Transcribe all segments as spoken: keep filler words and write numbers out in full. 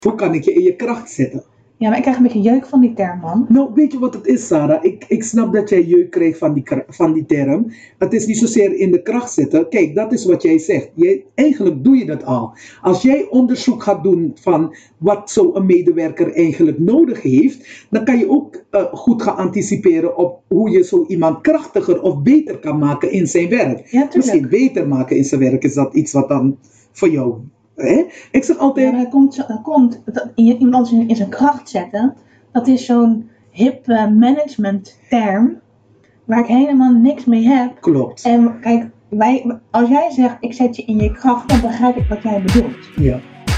Hoe kan ik je in je kracht zetten? Ja, maar ik krijg een beetje jeuk van die term, man. Nou, weet je wat het is, Sarah? Ik, ik snap dat jij jeuk krijgt van die, van die term. Het is niet zozeer in de kracht zetten. Kijk, dat is wat jij zegt. Jij, eigenlijk doe je dat al. Als jij onderzoek gaat doen van wat zo'n medewerker eigenlijk nodig heeft, dan kan je ook uh, goed gaan anticiperen op hoe je zo iemand krachtiger of beter kan maken in zijn werk. Ja, Misschien beter maken in zijn werk, is dat iets wat dan voor jou... Hè? Ik zeg altijd... Ja, maar dat komt, dat komt dat iemand anders in, in zijn kracht zetten. Dat is zo'n hip uh, management term waar ik helemaal niks mee heb. Klopt. En kijk, wij, als jij zegt ik zet je in je kracht, dan begrijp ik wat jij bedoelt. Ja.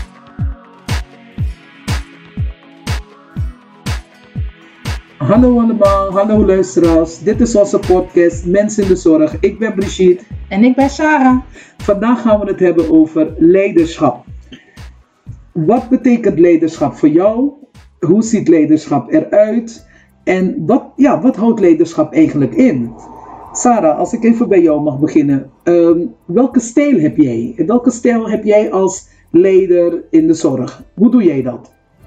Hallo allemaal, hallo luisteraars. Dit is onze podcast Mensen in de Zorg. Ik ben Brigitte. En ik ben Sarah. Vandaag gaan we het hebben over leiderschap. Wat betekent leiderschap voor jou? Hoe ziet leiderschap eruit? En wat, ja, wat houdt leiderschap eigenlijk in? Sarah, als ik even bij jou mag beginnen. Um, welke stijl heb jij? Welke stijl heb jij als leider in de zorg? Hoe doe jij dat?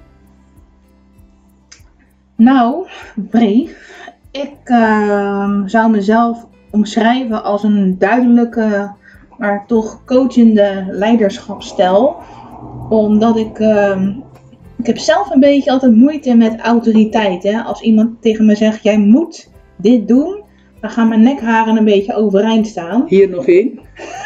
Nou, Brie, ik uh, zou mezelf omschrijven als een duidelijke, maar toch coachende leiderschapsstijl. Omdat ik, uh, ik heb zelf een beetje altijd moeite met autoriteit. Hè? Als iemand tegen me zegt, jij moet dit doen, dan gaan mijn nekharen een beetje overeind staan. Hier nog één.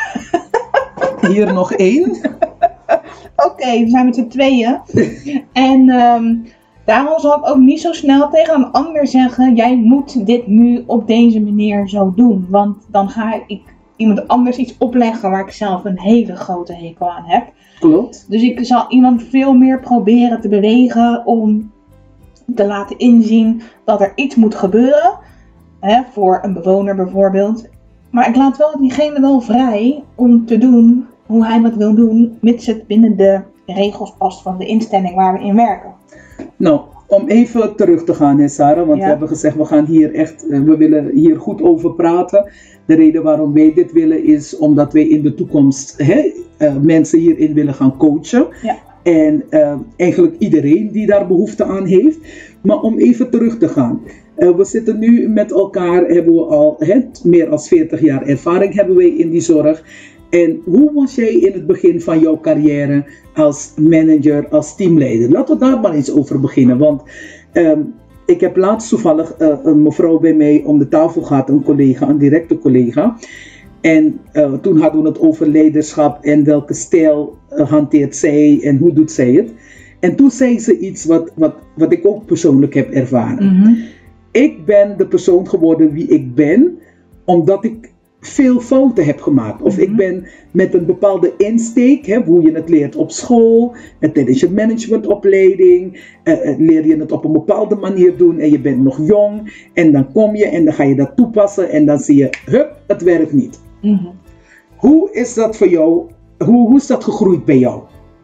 Hier nog één. Oké, okay, we zijn met z'n tweeën. En... Um, Daarom zal ik ook niet zo snel tegen een ander zeggen, jij moet dit nu op deze manier zo doen. Want dan ga ik iemand anders iets opleggen waar ik zelf een hele grote hekel aan heb. Klopt. Dus ik zal iemand veel meer proberen te bewegen om te laten inzien dat er iets moet gebeuren. Hè, voor een bewoner bijvoorbeeld. Maar ik laat wel diegene wel vrij om te doen hoe hij wat wil doen, mits het binnen de regels past van de instelling waar we in werken. Nou, om even terug te gaan, hè, Sarah, want ja. we hebben gezegd, we gaan hier echt, we willen hier goed over praten. De reden waarom wij dit willen is omdat wij in de toekomst hè, uh, mensen hierin willen gaan coachen. Ja. En uh, eigenlijk iedereen die daar behoefte aan heeft. Maar om even terug te gaan. Uh, we zitten nu met elkaar, hebben we al hè, meer dan veertig jaar ervaring hebben wij in die zorg. En hoe was jij in het begin van jouw carrière als manager, als teamleider? Laten we daar maar eens over beginnen. Want um, ik heb laatst toevallig uh, een mevrouw bij mij om de tafel gehad, een collega, een directe collega. En uh, toen hadden we het over leiderschap en welke stijl uh, hanteert zij en hoe doet zij het. En toen zei ze iets wat, wat, wat ik ook persoonlijk heb ervaren. Mm-hmm. Ik ben de persoon geworden wie ik ben, omdat ik veel fouten heb gemaakt. Of Mm-hmm. ik ben met een bepaalde insteek, hè, hoe je het leert op school, tijdens je managementopleiding, uh, leer je het op een bepaalde manier doen en je bent nog jong en dan kom je en dan ga je dat toepassen en dan zie je, hup, het werkt niet. Mm-hmm. Hoe is dat voor jou? Hoe, hoe is dat gegroeid bij jou?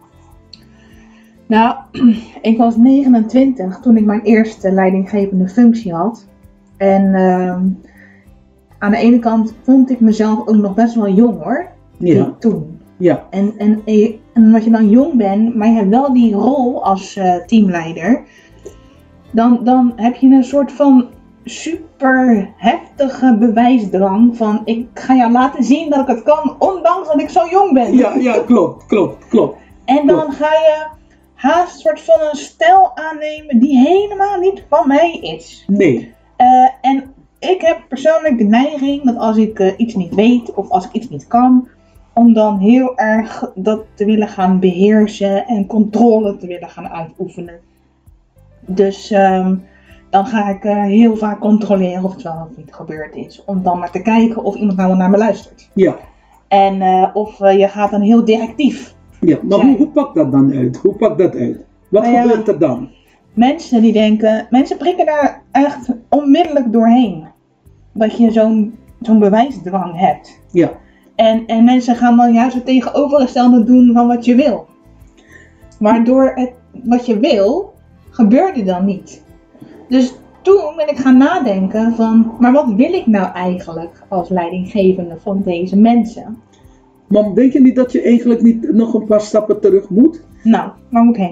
Nou, ik was negenentwintig toen ik mijn eerste leidinggevende functie had. En uh, aan de ene kant vond ik mezelf ook nog best wel jong hoor. Ja. Toen. Ja. En, en, en omdat je dan jong bent, maar je hebt wel die rol als uh, teamleider. Dan, dan heb je een soort van super heftige bewijsdrang van ik ga jou laten zien dat ik het kan, ondanks dat ik zo jong ben. Ja, ja, klopt, klopt, klopt. En dan klopt. ga je haast een soort van een stijl aannemen die helemaal niet van mij is. Nee. Uh, en ik heb persoonlijk de neiging dat als ik uh, iets niet weet of als ik iets niet kan, om dan heel erg dat te willen gaan beheersen en controle te willen gaan uitoefenen. Dus um, dan ga ik uh, heel vaak controleren of het wel of niet gebeurd is. Om dan maar te kijken of iemand nou naar me luistert. Ja. En uh, of uh, je gaat dan heel directief. Ja, maar hoe, hoe pakt dat dan uit? Hoe pakt dat uit? Wat nou ja, gebeurt er dan? Mensen die denken, mensen prikken daar echt onmiddellijk doorheen. Dat je zo'n, zo'n bewijsdrang hebt. Ja. En, en mensen gaan dan juist het tegenovergestelde doen van wat je wil. Waardoor het, wat je wil, gebeurde dan niet. Dus toen ben ik gaan nadenken van, maar wat wil ik nou eigenlijk als leidinggevende van deze mensen? Maar denk je niet dat je eigenlijk niet nog een paar stappen terug moet? Nou, waar moet ik heen?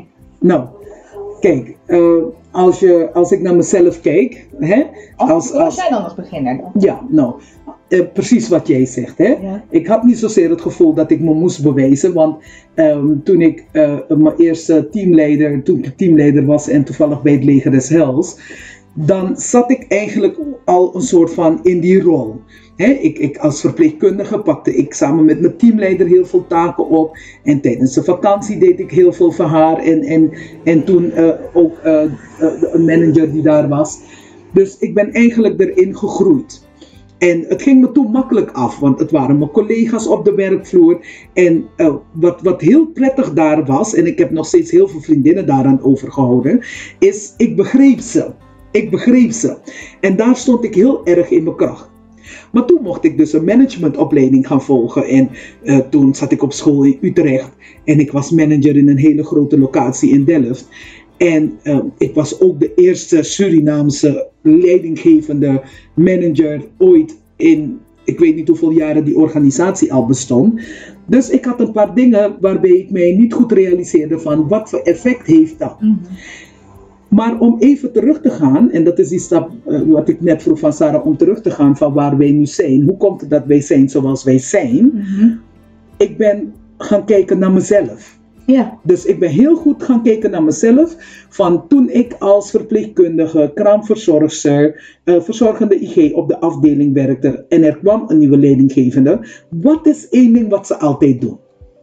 Nou, kijk, uh, als, je, als ik naar mezelf kijk... Hè, als, als, als als, jij dan als beginner dan? Ja, nou, uh, precies wat jij zegt. Hè? Ja. Ik had niet zozeer het gevoel dat ik me moest bewijzen, want um, toen ik uh, mijn eerste teamleider, toen ik teamleider was en toevallig bij het Leger des Heils, dan zat ik eigenlijk al een soort van in die rol. He, ik, ik als verpleegkundige pakte ik samen met mijn teamleider heel veel taken op. En tijdens de vakantie deed ik heel veel voor haar. En, en, en toen uh, ook uh, uh, een manager die daar was. Dus ik ben eigenlijk erin gegroeid. En het ging me toen makkelijk af, want het waren mijn collega's op de werkvloer. En uh, wat, wat heel prettig daar was, en ik heb nog steeds heel veel vriendinnen daaraan overgehouden, is ik begreep ze. Ik begreep ze. En daar stond ik heel erg in mijn kracht. Maar toen mocht ik dus een managementopleiding gaan volgen. En uh, toen zat ik op school in Utrecht. En ik was manager in een hele grote locatie in Delft. En uh, ik was ook de eerste Surinaamse leidinggevende manager ooit in, ik weet niet hoeveel jaren die organisatie al bestond. Dus ik had een paar dingen waarbij ik mij niet goed realiseerde van wat voor effect heeft dat. Mm-hmm. Maar om even terug te gaan, en dat is die stap uh, wat ik net vroeg van Sarah, om terug te gaan van waar wij nu zijn. Hoe komt het dat wij zijn zoals wij zijn? Mm-hmm. Ik ben gaan kijken naar mezelf. Ja. Dus ik ben heel goed gaan kijken naar mezelf. Van toen ik als verpleegkundige, kraamverzorgster, uh, verzorgende I G op de afdeling werkte. En er kwam een nieuwe leidinggevende. Wat is één ding wat ze altijd doen?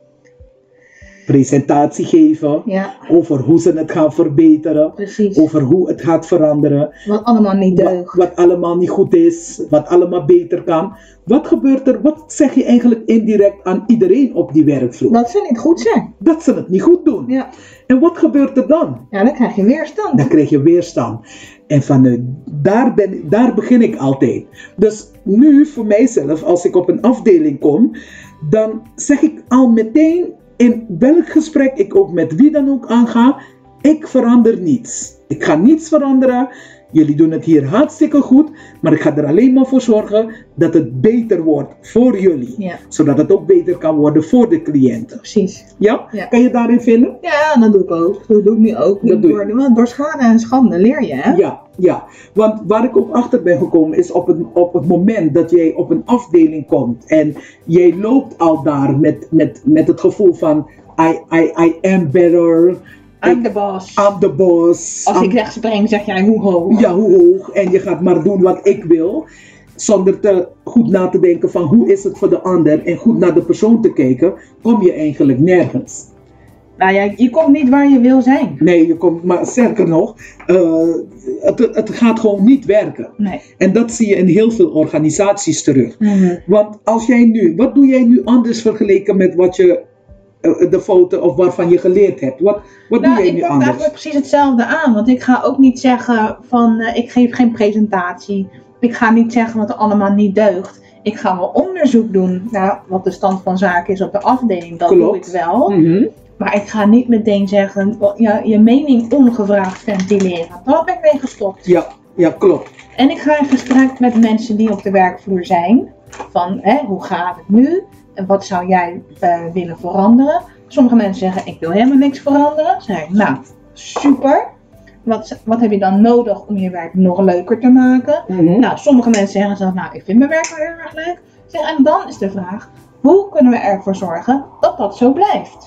Presentatie geven, ja. Over hoe ze het gaan verbeteren, precies. Over hoe het gaat veranderen, wat allemaal niet deugt, wat, wat allemaal niet goed is, wat allemaal beter kan. Wat gebeurt er, wat zeg je eigenlijk indirect aan iedereen op die werkvloer? Dat ze niet goed zijn. Dat ze het niet goed doen. Ja. En wat gebeurt er dan? Ja, dan krijg je weerstand. Dan krijg je weerstand. En vanuit daar, ben, daar begin ik altijd. Dus nu voor mijzelf, als ik op een afdeling kom, dan zeg ik al meteen, in welk gesprek ik ook met wie dan ook aanga, ik verander niets. Ik ga niets veranderen. Jullie doen het hier hartstikke goed, maar ik ga er alleen maar voor zorgen dat het beter wordt voor jullie. Ja. Zodat het ook beter kan worden voor de cliënten. Precies. Ja? Ja. Kan je daarin vinden? Ja, dat doe ik ook. Dat doe ik nu ook. Dat doe door, want door schade en schande leer je, hè? Ja, ja. Want waar ik ook achter ben gekomen is op het, op het moment dat jij op een afdeling komt en jij loopt al daar met, met, met het gevoel van I, I, I am better. I'm the boss. I'm the boss. Als I'm, ik zeg spring, zeg jij hoe hoog. Ja, hoe hoog. En je gaat maar doen wat ik wil. Zonder te goed na te denken van hoe is het voor de ander. En goed naar de persoon te kijken. Kom je eigenlijk nergens. Nou ja, je komt niet waar je wil zijn. Nee, je komt, maar sterker nog. Uh, het, het gaat gewoon niet werken. Nee. En dat zie je in heel veel organisaties terug. Mm-hmm. Want als jij nu, wat doe jij nu anders vergeleken met wat je, uh, de foto of waarvan je geleerd hebt? Wat, wat nou, doe jij nu ik pak anders? eigenlijk precies hetzelfde aan. Want ik ga ook niet zeggen van uh, ik geef geen presentatie. Ik ga niet zeggen wat er allemaal niet deugt. Ik ga wel onderzoek doen naar wat de stand van zaken is op de afdeling. Dat Klopt. doe ik wel. Mm-hmm. Maar ik ga niet meteen zeggen, ja, je mening ongevraagd ventileren. Daar ben ik mee gestopt. Ja, ja, klopt. En ik ga in gesprek met mensen die op de werkvloer zijn. Van, hè, hoe gaat het nu? En wat zou jij uh, willen veranderen? Sommige mensen zeggen, ik wil helemaal niks veranderen. Dan zeg ik, nou, super. Wat, wat heb je dan nodig om je werk nog leuker te maken? Mm-hmm. Nou, sommige mensen zeggen zelf, nou, ik vind mijn werk wel heel erg leuk. Zeg, en dan is de vraag, hoe kunnen we ervoor zorgen dat dat zo blijft?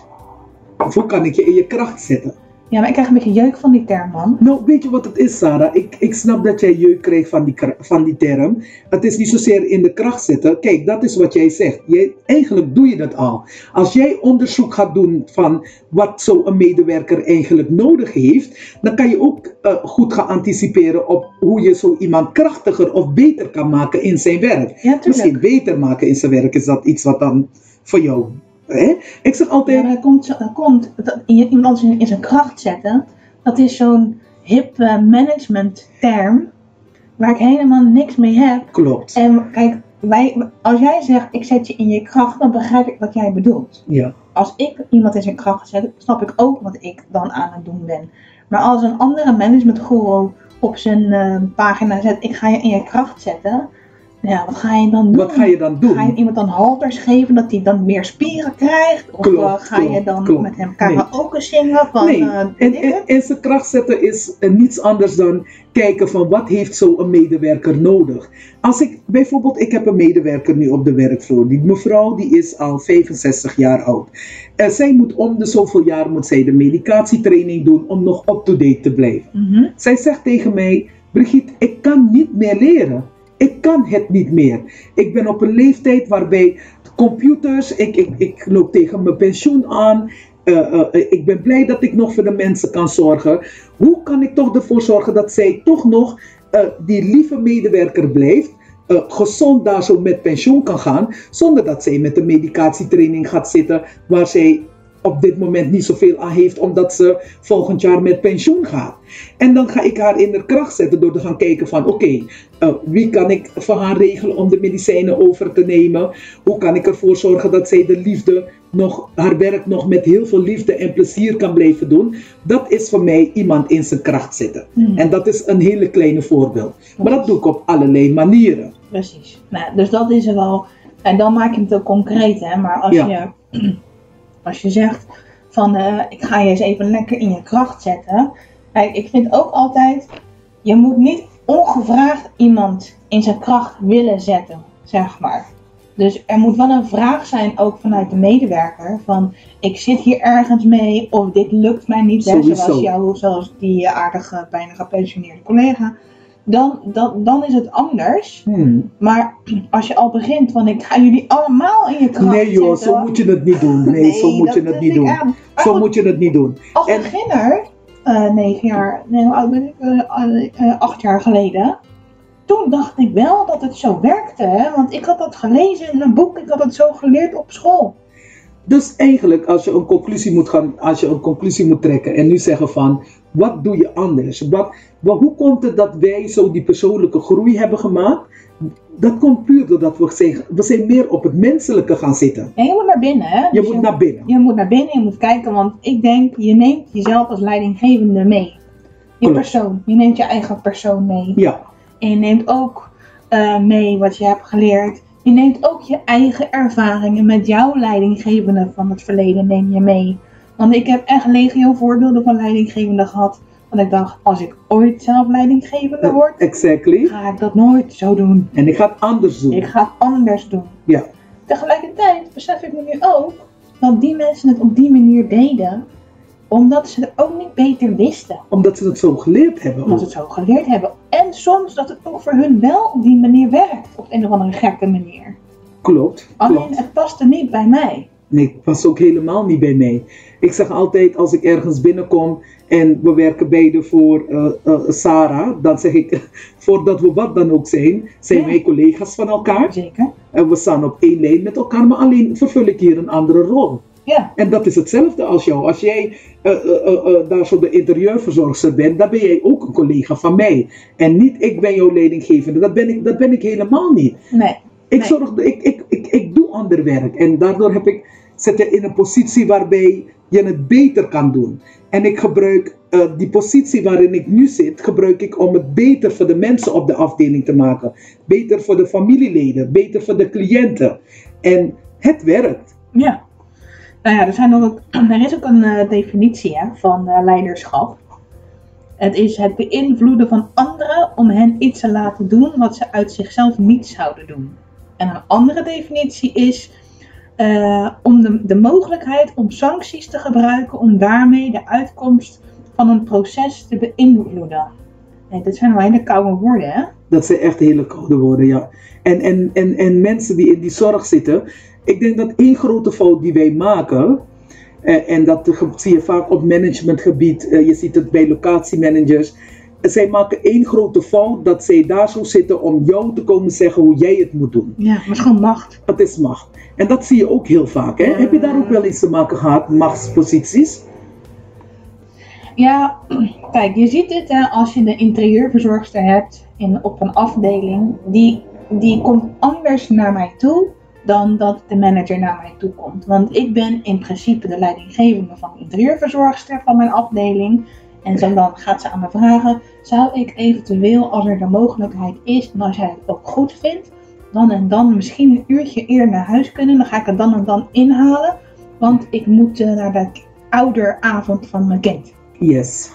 Of hoe kan ik je in je kracht zetten? Ja, maar ik krijg een beetje jeuk van die term, man. Nou, weet je wat het is, Sarah? Ik, ik snap dat jij jeuk krijgt van die, van die term. Het is niet zozeer in de kracht zetten. Kijk, dat is wat jij zegt. Jij, eigenlijk doe je dat al. Als jij onderzoek gaat doen van wat zo'n medewerker eigenlijk nodig heeft, dan kan je ook uh, goed gaan anticiperen op hoe je zo iemand krachtiger of beter kan maken in zijn werk. Ja, Misschien beter maken in zijn werk, is dat iets wat dan voor jou... Hè? Ik zeg altijd... Ja, maar dat komt, dat komt dat iemand anders in, in zijn kracht zetten. Dat is zo'n hip uh, management term waar ik helemaal niks mee heb. Klopt. En kijk, wij, als jij zegt ik zet je in je kracht, dan begrijp ik wat jij bedoelt. Ja. Als ik iemand in zijn kracht zet, snap ik ook wat ik dan aan het doen ben. Maar als een andere managementguru op zijn uh, pagina zet, ik ga je in je kracht zetten. Ja, wat ga je dan doen? Wat ga je dan doen? Ga je iemand dan halters geven dat hij dan meer spieren krijgt? Of Klopt, uh, ga klopt, je dan klopt. met hem karaoke zingen? Van, Nee, uh, en, dit? en, en zijn kracht zetten is uh, niets anders dan kijken van wat heeft zo'n medewerker nodig. Als ik bijvoorbeeld, ik heb een medewerker nu op de werkvloer. Die mevrouw die is al vijfenzestig jaar oud. Uh, zij moet om de zoveel jaar moet zij de medicatietraining doen om nog up-to-date te blijven. Mm-hmm. Zij zegt tegen mij, Brigitte, ik kan niet meer leren. Ik kan het niet meer. Ik ben op een leeftijd waarbij computers, ik, ik, ik loop tegen mijn pensioen aan. Uh, uh, ik ben blij dat ik nog voor de mensen kan zorgen. Hoe kan ik toch ervoor zorgen dat zij toch nog uh, die lieve medewerker blijft, uh, gezond daar zo met pensioen kan gaan, zonder dat zij met de medicatietraining gaat zitten waar zij op dit moment niet zoveel aan heeft, omdat ze volgend jaar met pensioen gaat. En dan ga ik haar in de kracht zetten door te gaan kijken van oké, okay, uh, wie kan ik voor haar regelen om de medicijnen over te nemen? Hoe kan ik ervoor zorgen dat zij de liefde nog, haar werk nog met heel veel liefde en plezier kan blijven doen? Dat is voor mij iemand in zijn kracht zetten. Hmm. En dat is een hele kleine voorbeeld. Maar dat doe ik op allerlei manieren. Precies. Nou, dus dat is er wel. En dan maak je het ook concreet, hè? Maar als ja. je... Als je zegt van uh, ik ga je eens even lekker in je kracht zetten. Kijk, ik vind ook altijd, je moet niet ongevraagd iemand in zijn kracht willen zetten, zeg maar. Dus er moet wel een vraag zijn ook vanuit de medewerker van ik zit hier ergens mee of dit lukt mij niet. Hè, zoals jou, zoals die aardige, bijna gepensioneerde collega. Dan, dan, dan is het anders. Hmm. Maar als je al begint van ik ga jullie allemaal in je kracht Nee joh, zetten, zo moet je het niet doen. Nee, nee zo moet je het niet doen. Aan. Zo goed, moet je het niet doen. Als en... beginner, uh, negen jaar, nee hoe oud ben ik? Uh, uh, acht jaar geleden. Toen dacht ik wel dat het zo werkte. Hè? Want ik had dat gelezen in een boek. Ik had het zo geleerd op school. Dus eigenlijk als je een conclusie moet gaan, als je een conclusie moet trekken en nu zeggen van wat doe je anders? Wat, wat, hoe komt het dat wij zo die persoonlijke groei hebben gemaakt? Dat komt puur doordat we zijn, we zijn meer op het menselijke gaan zitten. Ja, je moet naar binnen, hè? Je dus moet je, naar binnen. Je moet naar binnen, je moet kijken, want ik denk, je neemt jezelf als leidinggevende mee. Je Klopt. persoon, je neemt je eigen persoon mee. Ja. En je neemt ook uh, mee wat je hebt geleerd. Je neemt ook je eigen ervaringen met jouw leidinggevende van het verleden neem je mee. Want ik heb echt legio voorbeelden van leidinggevende gehad. Want ik dacht, als ik ooit zelf leidinggevende word, exactly. ga ik dat nooit zo doen. En ik ga het anders doen. Ik ga het anders doen. Ja. Tegelijkertijd besef ik me nu ook dat die mensen het op die manier deden, omdat ze het ook niet beter wisten. Omdat ze het zo geleerd hebben. Omdat ze het zo geleerd hebben. En soms dat het ook voor hun wel op die manier werkt. Op een of andere gekke manier. Klopt. Alleen klopt. het paste niet bij mij. Nee, het past ook helemaal niet bij mij. Ik zeg altijd als ik ergens binnenkom en we werken beide voor uh, uh, Sarah, dan zeg ik, voordat we wat dan ook zijn, zijn ja. wij collega's van elkaar. Zeker. En we staan op één lijn met elkaar, maar alleen vervul ik hier een andere rol. Ja. En dat is hetzelfde als jou. Als jij uh, uh, uh, uh, daar zo de interieurverzorgster bent, dan ben jij ook een collega van mij. En niet ik ben jouw leidinggevende. Dat ben ik, dat ben ik helemaal niet. Nee. Ik, nee. zorg, ik, ik, ik, ik doe ander werk. En daardoor heb ik, zit je in een positie waarbij je het beter kan doen. En ik gebruik uh, die positie waarin ik nu zit, gebruik ik om het beter voor de mensen op de afdeling te maken. Beter voor de familieleden, beter voor de cliënten. En het werkt. Ja. Nou ja, er, zijn ook, er is ook een uh, definitie hè, van uh, leiderschap. Het is het beïnvloeden van anderen om hen iets te laten doen wat ze uit zichzelf niet zouden doen. En een andere definitie is uh, om de, de mogelijkheid om sancties te gebruiken om daarmee de uitkomst van een proces te beïnvloeden. En dit zijn wel hele koude woorden, hè? Dat zijn echt hele koude woorden, ja. En, en, en, en mensen die in die zorg zitten, ik denk dat één grote fout die wij maken, uh, en dat zie je vaak op managementgebied, uh, je ziet het bij locatiemanagers, zij maken één grote fout dat zij daar zo zitten om jou te komen zeggen hoe jij het moet doen. Ja, maar het is gewoon macht. Het is macht. En dat zie je ook heel vaak. Hè? Uh, Heb je daar ook wel eens te maken gehad, machtsposities? Ja, kijk, je ziet dit hè, als je de interieurverzorgster hebt in, op een afdeling. Die, die komt anders naar mij toe dan dat de manager naar mij toe komt. Want ik ben in principe de leidinggevende van de interieurverzorgster van mijn afdeling. En zo dan gaat ze aan me vragen, zou ik eventueel, als er de mogelijkheid is, en als jij het ook goed vindt, dan en dan misschien een uurtje eerder naar huis kunnen. Dan ga ik het dan en dan inhalen. Want ik moet uh, naar de ouderavond van mijn kind. Yes.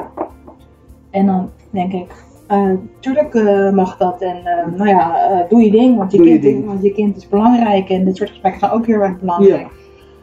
En dan denk ik, uh, tuurlijk uh, mag dat. En uh, nou ja, uh, doe je ding want je, Doe je kind, ding. want je kind is belangrijk. En dit soort gesprekken zijn ook heel erg belangrijk. Ja.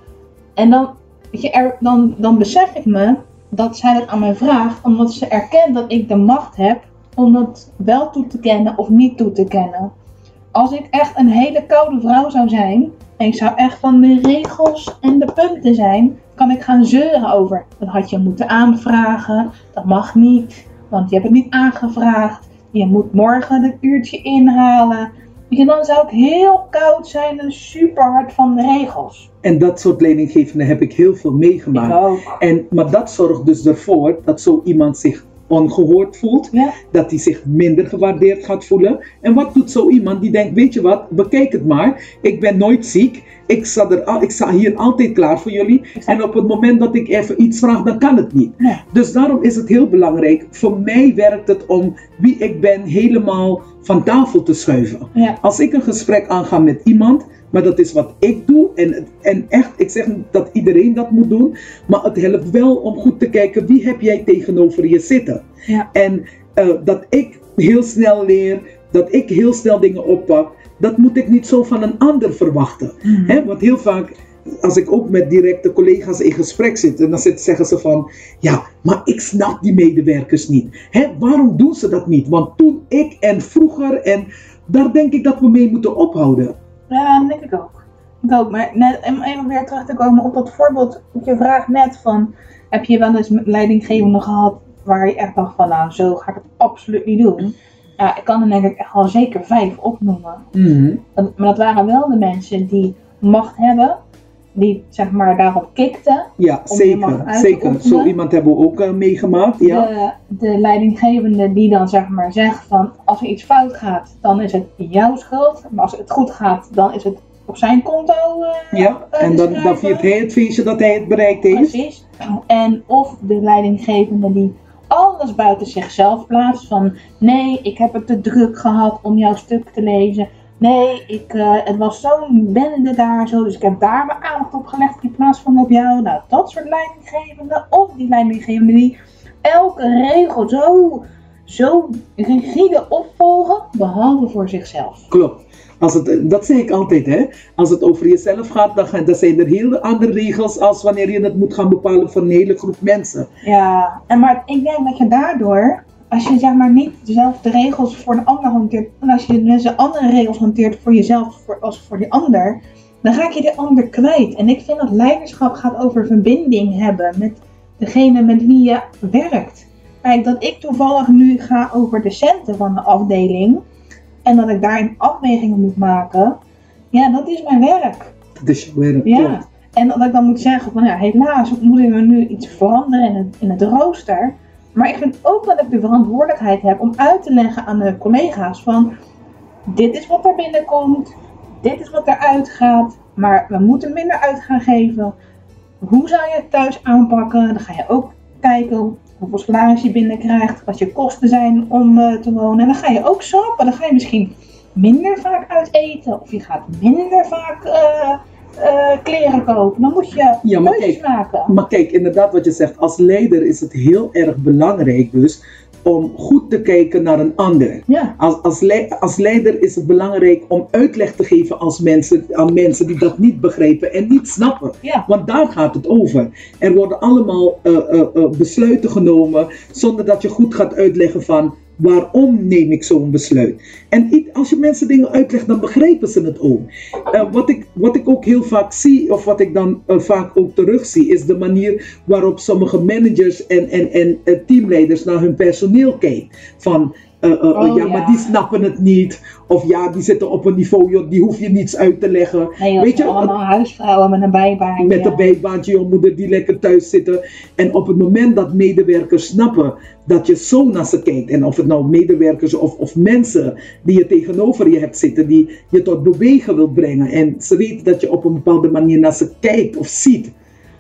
En dan, weet je, er, dan, dan besef ik me dat zij dat aan mij vraagt. Omdat ze erkent dat ik de macht heb om dat wel toe te kennen of niet toe te kennen. Als ik echt een hele koude vrouw zou zijn, en ik zou echt van de regels en de punten zijn, kan ik gaan zeuren over. Dat had je moeten aanvragen, dat mag niet, want je hebt het niet aangevraagd. Je moet morgen het uurtje inhalen. En dan zou ik heel koud zijn en super hard van de regels. En dat soort leidinggevenden heb ik heel veel meegemaakt. Ik ook. En, maar dat zorgt dus ervoor dat zo iemand zich ongehoord voelt, Ja. dat hij zich minder gewaardeerd gaat voelen. En wat doet zo iemand die denkt, weet je wat, bekijk het maar, ik ben nooit ziek, ik sta, er al, ik sta hier altijd klaar voor jullie. Exact. En op het moment dat ik even iets vraag, dan kan het niet. Nee. Dus daarom is het heel belangrijk, voor mij werkt het om wie ik ben helemaal van tafel te schuiven. Ja. Als ik een gesprek aanga met iemand, maar dat is wat ik doe. En, en echt, ik zeg niet dat iedereen dat moet doen. Maar het helpt wel om goed te kijken, wie heb jij tegenover je zitten? Ja. En uh, dat ik heel snel leer, dat ik heel snel dingen oppak. Dat moet ik niet zo van een ander verwachten. Mm-hmm. Hè? Want heel vaak, als ik ook met directe collega's in gesprek zit, en dan zit, zeggen ze van, ja, maar ik snap die medewerkers niet. Hè? Waarom doen ze dat niet? Want toen ik en vroeger, en daar denk ik dat we mee moeten ophouden. Ja, dat denk ik ook. Ik ook, maar net, om even weer terug te komen op dat voorbeeld. Je vraagt net van, heb je wel eens leidinggevende gehad waar je echt dacht van, nou, zo ga ik het absoluut niet doen. Ja, ik kan er denk ik echt wel zeker vijf opnoemen. Mm-hmm. Maar dat waren wel de mensen die macht hebben, die zeg maar daarop kikten. Ja, Om die macht zeker. uit te zeker. oefenen. Zo iemand hebben we ook uh, meegemaakt. Ja. De, de leidinggevende die dan zeg maar zegt van, als er iets fout gaat, dan is het jouw schuld. Maar als het goed gaat, dan is het op zijn konto. Uh, Ja, uh, en te dan, schrijven. dan viert hij het feestje dat hij het bereikt heeft. Precies. En of de leidinggevende die alles buiten zichzelf plaatst. Van nee, ik heb het te druk gehad om jouw stuk te lezen. Nee, ik, uh, het was zo'n bende daar zo, dus ik heb daar mijn aandacht op gelegd in plaats van op jou. Nou, dat soort leidinggevenden. Of die leidinggevende die elke regel zo, zo rigide opvolgen, behalve voor zichzelf. Klopt. Als het, dat zeg ik altijd, hè. Als het over jezelf gaat, dan, gaan, dan zijn er heel andere regels als wanneer je het moet gaan bepalen voor een hele groep mensen. Ja, en maar ik denk dat je daardoor, als je zeg maar niet dezelfde regels voor de ander hanteert, en als je dus andere regels hanteert voor jezelf voor, als voor die ander, dan raak je de ander kwijt. En ik vind dat leiderschap gaat over verbinding hebben met degene met wie je werkt. Kijk, dat ik toevallig nu ga over de centen van de afdeling en dat ik daarin afwegingen moet maken, ja, dat is mijn werk. Dat is jouw werk. Ja. Klopt. En dat ik dan moet zeggen van ja, helaas moeten we nu iets veranderen in het, in het rooster. Maar ik vind ook dat ik de verantwoordelijkheid heb om uit te leggen aan de collega's van dit is wat er binnenkomt, dit is wat eruit gaat, maar we moeten minder uit gaan geven. Hoe zou je het thuis aanpakken? Dan ga je ook kijken hoeveel salaris je binnenkrijgt, wat je kosten zijn om uh, te wonen. En dan ga je ook snappen, dan ga je misschien minder vaak uit eten of je gaat minder vaak uh, uh, kleren kopen. Dan moet je Ja, maar keuzes kijk, maken. Maar kijk, inderdaad wat je zegt, als leider is het heel erg belangrijk dus om goed te kijken naar een ander. Ja. Als, als, le- als leider is het belangrijk om uitleg te geven als mensen, aan mensen die dat niet begrijpen en niet snappen. Ja. Want daar gaat het over. Er worden allemaal uh, uh, uh, besluiten genomen zonder dat je goed gaat uitleggen van waarom neem ik zo'n besluit. En i- als je mensen dingen uitlegt, dan begrijpen ze het ook. Uh, wat, ik, wat ik ook heel vaak zie, of wat ik dan uh, vaak ook terugzie, is de manier waarop sommige managers en, en, en uh, teamleiders naar hun personeel kijken. Van, uh, uh, uh, Oh, ja, ja. maar die snappen het niet. Of ja, die zitten op een niveau, joh, die hoef je niets uit te leggen. Nee, dat Weet je, zijn allemaal huisvrouwen met een bijbaantje. met een bijbaantje, je moeder die lekker thuis zitten. En op het moment dat medewerkers snappen dat je zo naar ze kijkt, en of het nou medewerkers of, of mensen die je tegenover je hebt zitten, die je tot bewegen wilt brengen, en ze weten dat je op een bepaalde manier naar ze kijkt of ziet,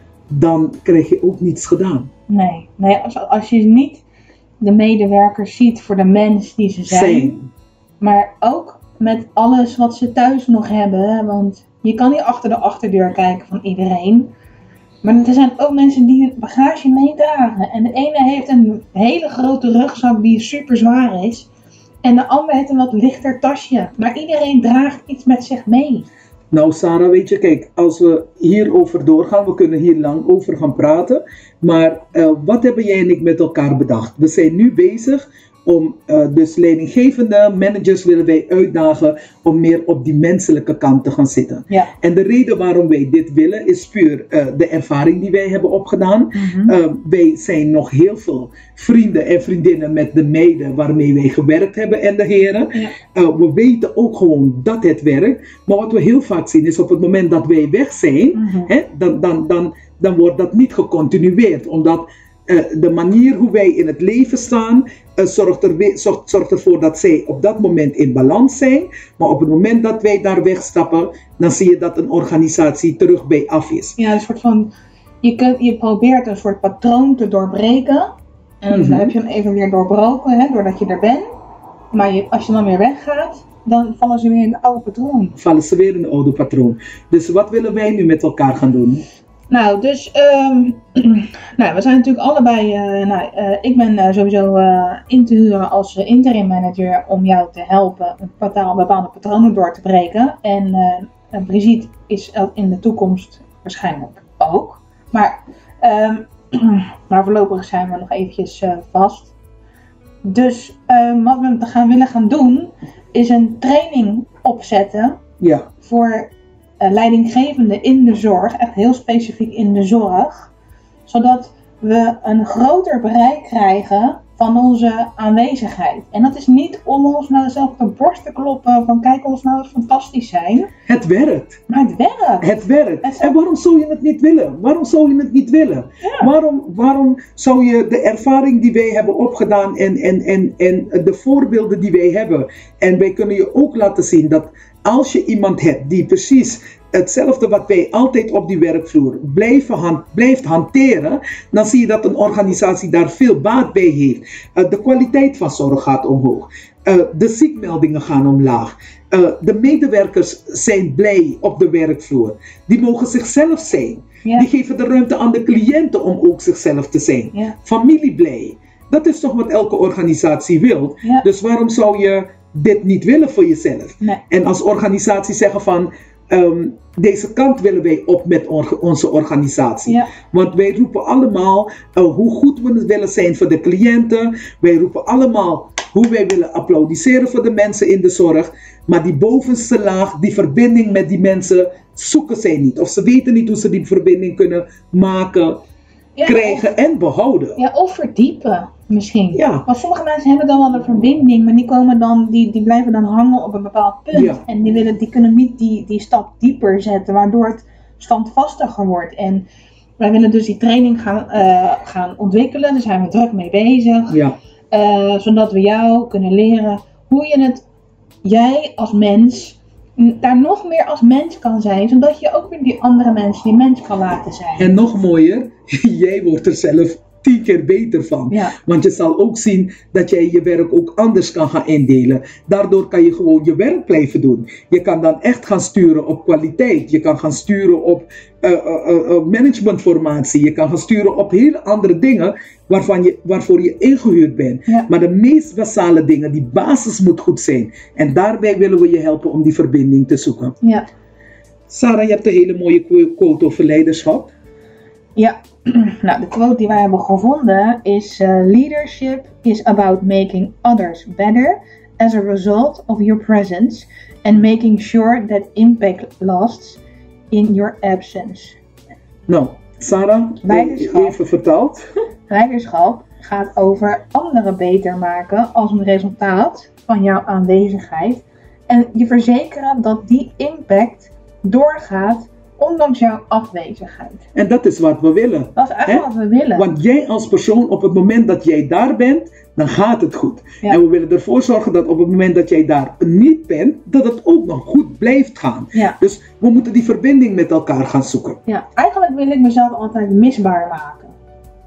dan krijg je ook niets gedaan. Nee, nee als, als je niet de medewerkers ziet voor de mens die ze zijn, Zijn. maar ook met alles wat ze thuis nog hebben. Want je kan niet achter de achterdeur kijken van iedereen. Maar er zijn ook mensen die hun bagage meedragen. En de ene heeft een hele grote rugzak die super zwaar is. En de ander heeft een wat lichter tasje. Maar iedereen draagt iets met zich mee. Nou Sarah, weet je, kijk, als we hierover doorgaan, we kunnen hier lang over gaan praten. Maar uh, wat hebben jij en ik met elkaar bedacht? We zijn nu bezig om, uh, dus leidinggevende managers willen wij uitdagen om meer op die menselijke kant te gaan zitten. Ja. En de reden waarom wij dit willen is puur uh, de ervaring die wij hebben opgedaan. Mm-hmm. Uh, wij zijn nog heel veel vrienden en vriendinnen met de meiden waarmee wij gewerkt hebben en de heren. Ja. Uh, we weten ook gewoon dat het werkt. Maar wat we heel vaak zien is op het moment dat wij weg zijn, Mm-hmm. hè, dan, dan, dan, dan wordt dat niet gecontinueerd. Omdat uh, de manier hoe wij in het leven staan, uh, zorgt, er we- zorgt, zorgt ervoor dat zij op dat moment in balans zijn. Maar op het moment dat wij daar wegstappen, dan zie je dat een organisatie terug bij af is. Ja, een soort van, je, kunt, je probeert een soort patroon te doorbreken. En dan Mhm. heb je hem even weer doorbroken, hè, doordat je er bent. Maar je, als je dan weer weggaat, dan vallen ze weer in het oude patroon. Vallen ze weer in een oude patroon. Dus wat willen wij nu met elkaar gaan doen? Nou, dus um, nou, we zijn natuurlijk allebei, uh, nou, uh, ik ben uh, sowieso uh, in te huren als uh, interim manager om jou te helpen een bepaalde, bepaalde patronen door te breken. En uh, Brigitte is uh, in de toekomst waarschijnlijk ook. Maar, um, maar voorlopig zijn we nog eventjes uh, vast. Dus um, wat we gaan willen gaan doen is een training opzetten Ja. voor uh, leidinggevenden in de zorg, echt heel specifiek in de zorg, zodat we een groter bereik krijgen van onze aanwezigheid. En dat is niet om ons nou zelf op de borst te kloppen van kijk ons nou eens fantastisch zijn, Het werkt. maar het werkt. Het werkt. Het- En waarom zou je het niet willen? Waarom zou je het niet willen? Ja. Waarom, waarom zou je de ervaring die wij hebben opgedaan en, en, en, en de voorbeelden die wij hebben, en wij kunnen je ook laten zien dat als je iemand hebt die precies hetzelfde wat wij altijd op die werkvloer blijven han- blijft hanteren, dan zie je dat een organisatie daar veel baat bij heeft. Uh, de kwaliteit van zorg gaat omhoog. Uh, de ziekmeldingen gaan omlaag. Uh, de medewerkers zijn blij op de werkvloer. Die mogen zichzelf zijn. Ja. Die geven de ruimte aan de cliënten om ook zichzelf te zijn. Ja. Familie blij. Dat is toch wat elke organisatie wil. Ja. Dus waarom zou je dit niet willen voor jezelf? Nee. En als organisatie zeggen van, um, deze kant willen wij op met or- onze organisatie. Ja. Want wij roepen allemaal uh, hoe goed we willen zijn voor de cliënten. Wij roepen allemaal hoe wij willen applaudisseren voor de mensen in de zorg. Maar die bovenste laag, die verbinding met die mensen, zoeken zij niet. Of ze weten niet hoe ze die verbinding kunnen maken, Ja, krijgen en behouden. Ja, of verdiepen misschien. Ja. Want sommige mensen hebben dan wel een verbinding, maar die, komen dan, die, die blijven dan hangen op een bepaald punt. Ja. En die, willen, die kunnen niet die, die stap dieper zetten, waardoor het standvastiger wordt. En wij willen dus die training gaan, uh, gaan ontwikkelen, daar zijn we druk mee bezig. Ja. Uh, zodat we jou kunnen leren hoe je het, jij als mens, m, daar nog meer als mens kan zijn. Zodat je ook weer die andere mensen die mens kan laten zijn. En nog mooier, jij wordt er zelf tien keer beter van. Ja. Want je zal ook zien dat jij je werk ook anders kan gaan indelen. Daardoor kan je gewoon je werk blijven doen. Je kan dan echt gaan sturen op kwaliteit. Je kan gaan sturen op uh, uh, uh, managementformatie. Je kan gaan sturen op hele andere dingen waarvan je, waarvoor je ingehuurd bent. Ja. Maar de meest basale dingen, die basis moet goed zijn. En daarbij willen we je helpen om die verbinding te zoeken. Ja. Sarah, je hebt een hele mooie quote over leiderschap. Ja, nou de quote die wij hebben gevonden is uh, leadership is about making others better as a result of your presence and making sure that impact lasts in your absence. Nou, Sarah, Leiderschap. even vertaald. Leiderschap gaat over anderen beter maken als een resultaat van jouw aanwezigheid en je verzekeren dat die impact doorgaat ondanks jouw afwezigheid. En dat is wat we willen. Dat is eigenlijk Hè? wat we willen. Want jij als persoon, op het moment dat jij daar bent, dan gaat het goed. Ja. En we willen ervoor zorgen dat op het moment dat jij daar niet bent, dat het ook nog goed blijft gaan. Ja. Dus we moeten die verbinding met elkaar gaan zoeken. Ja, eigenlijk wil ik mezelf altijd misbaar maken.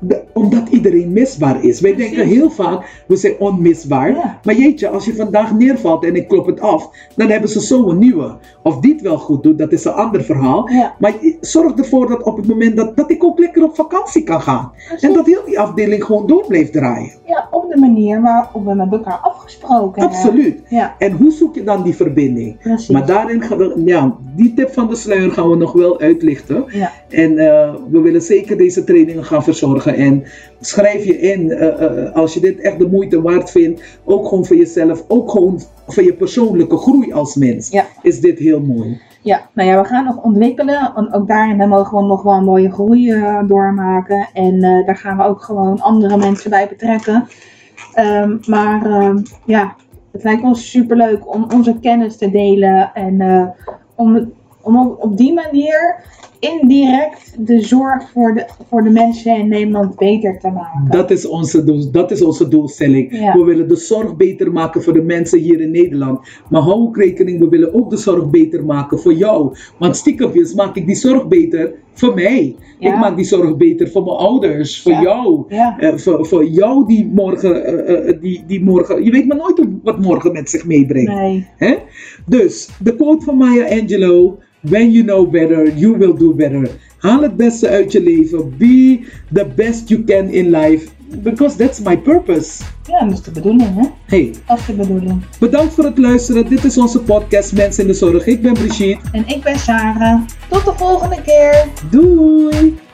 De, omdat iedereen misbaar is. Wij Precies. denken heel vaak, we zijn onmisbaar. Ja. Maar jeetje, als je vandaag neervalt en ik klop het af, dan hebben ze zo een nieuwe. Of die het wel goed doet, dat is een ander verhaal. Ja. Maar zorg ervoor dat op het moment dat, dat ik ook lekker op vakantie kan gaan. Precies. En dat heel die afdeling gewoon door blijft draaien. Ja, op de manier waarop we met elkaar afgesproken hebben. Absoluut. Ja, En hoe zoek je dan die verbinding? precies. Maar daarin gaan we, ja, die tip van de sluier gaan we nog wel uitlichten. Ja. En uh, we willen zeker deze trainingen gaan verzorgen. En schrijf je in, uh, uh, als je dit echt de moeite waard vindt, ook gewoon voor jezelf, ook gewoon voor je persoonlijke groei als mens, Ja. is dit heel mooi. Ja, nou ja, we gaan nog ontwikkelen. En ook daarin mogen we nog wel een mooie groei uh, doormaken. En uh, daar gaan we ook gewoon andere mensen bij betrekken. Um, maar uh, ja, het lijkt ons superleuk om onze kennis te delen. En uh, om, om op, op die manier indirect de zorg voor de, voor de mensen in Nederland beter te maken. Dat is onze, doel, dat is onze doelstelling. Ja. We willen de zorg beter maken voor de mensen hier in Nederland. Maar hou ook rekening, we willen ook de zorg beter maken voor jou. Want stiekempjes maak ik die zorg beter voor mij. Ja. Ik maak die zorg beter voor mijn ouders, voor Ja. jou. Ja. Uh, voor, voor jou die morgen, uh, uh, die, die morgen, je weet maar nooit wat morgen met zich meebrengt. Nee. Hè? Dus, de quote van Maya Angelou: when you know better, you will do better. Haal het beste uit je leven. Be the best you can in life. Because that's my purpose. Ja, dat is de bedoeling, hè? Hey, Dat is de bedoeling. bedankt voor het luisteren. Dit is onze podcast Mensen in de Zorg. Ik ben Brigitte. En ik ben Sarah. Tot de volgende keer. Doei!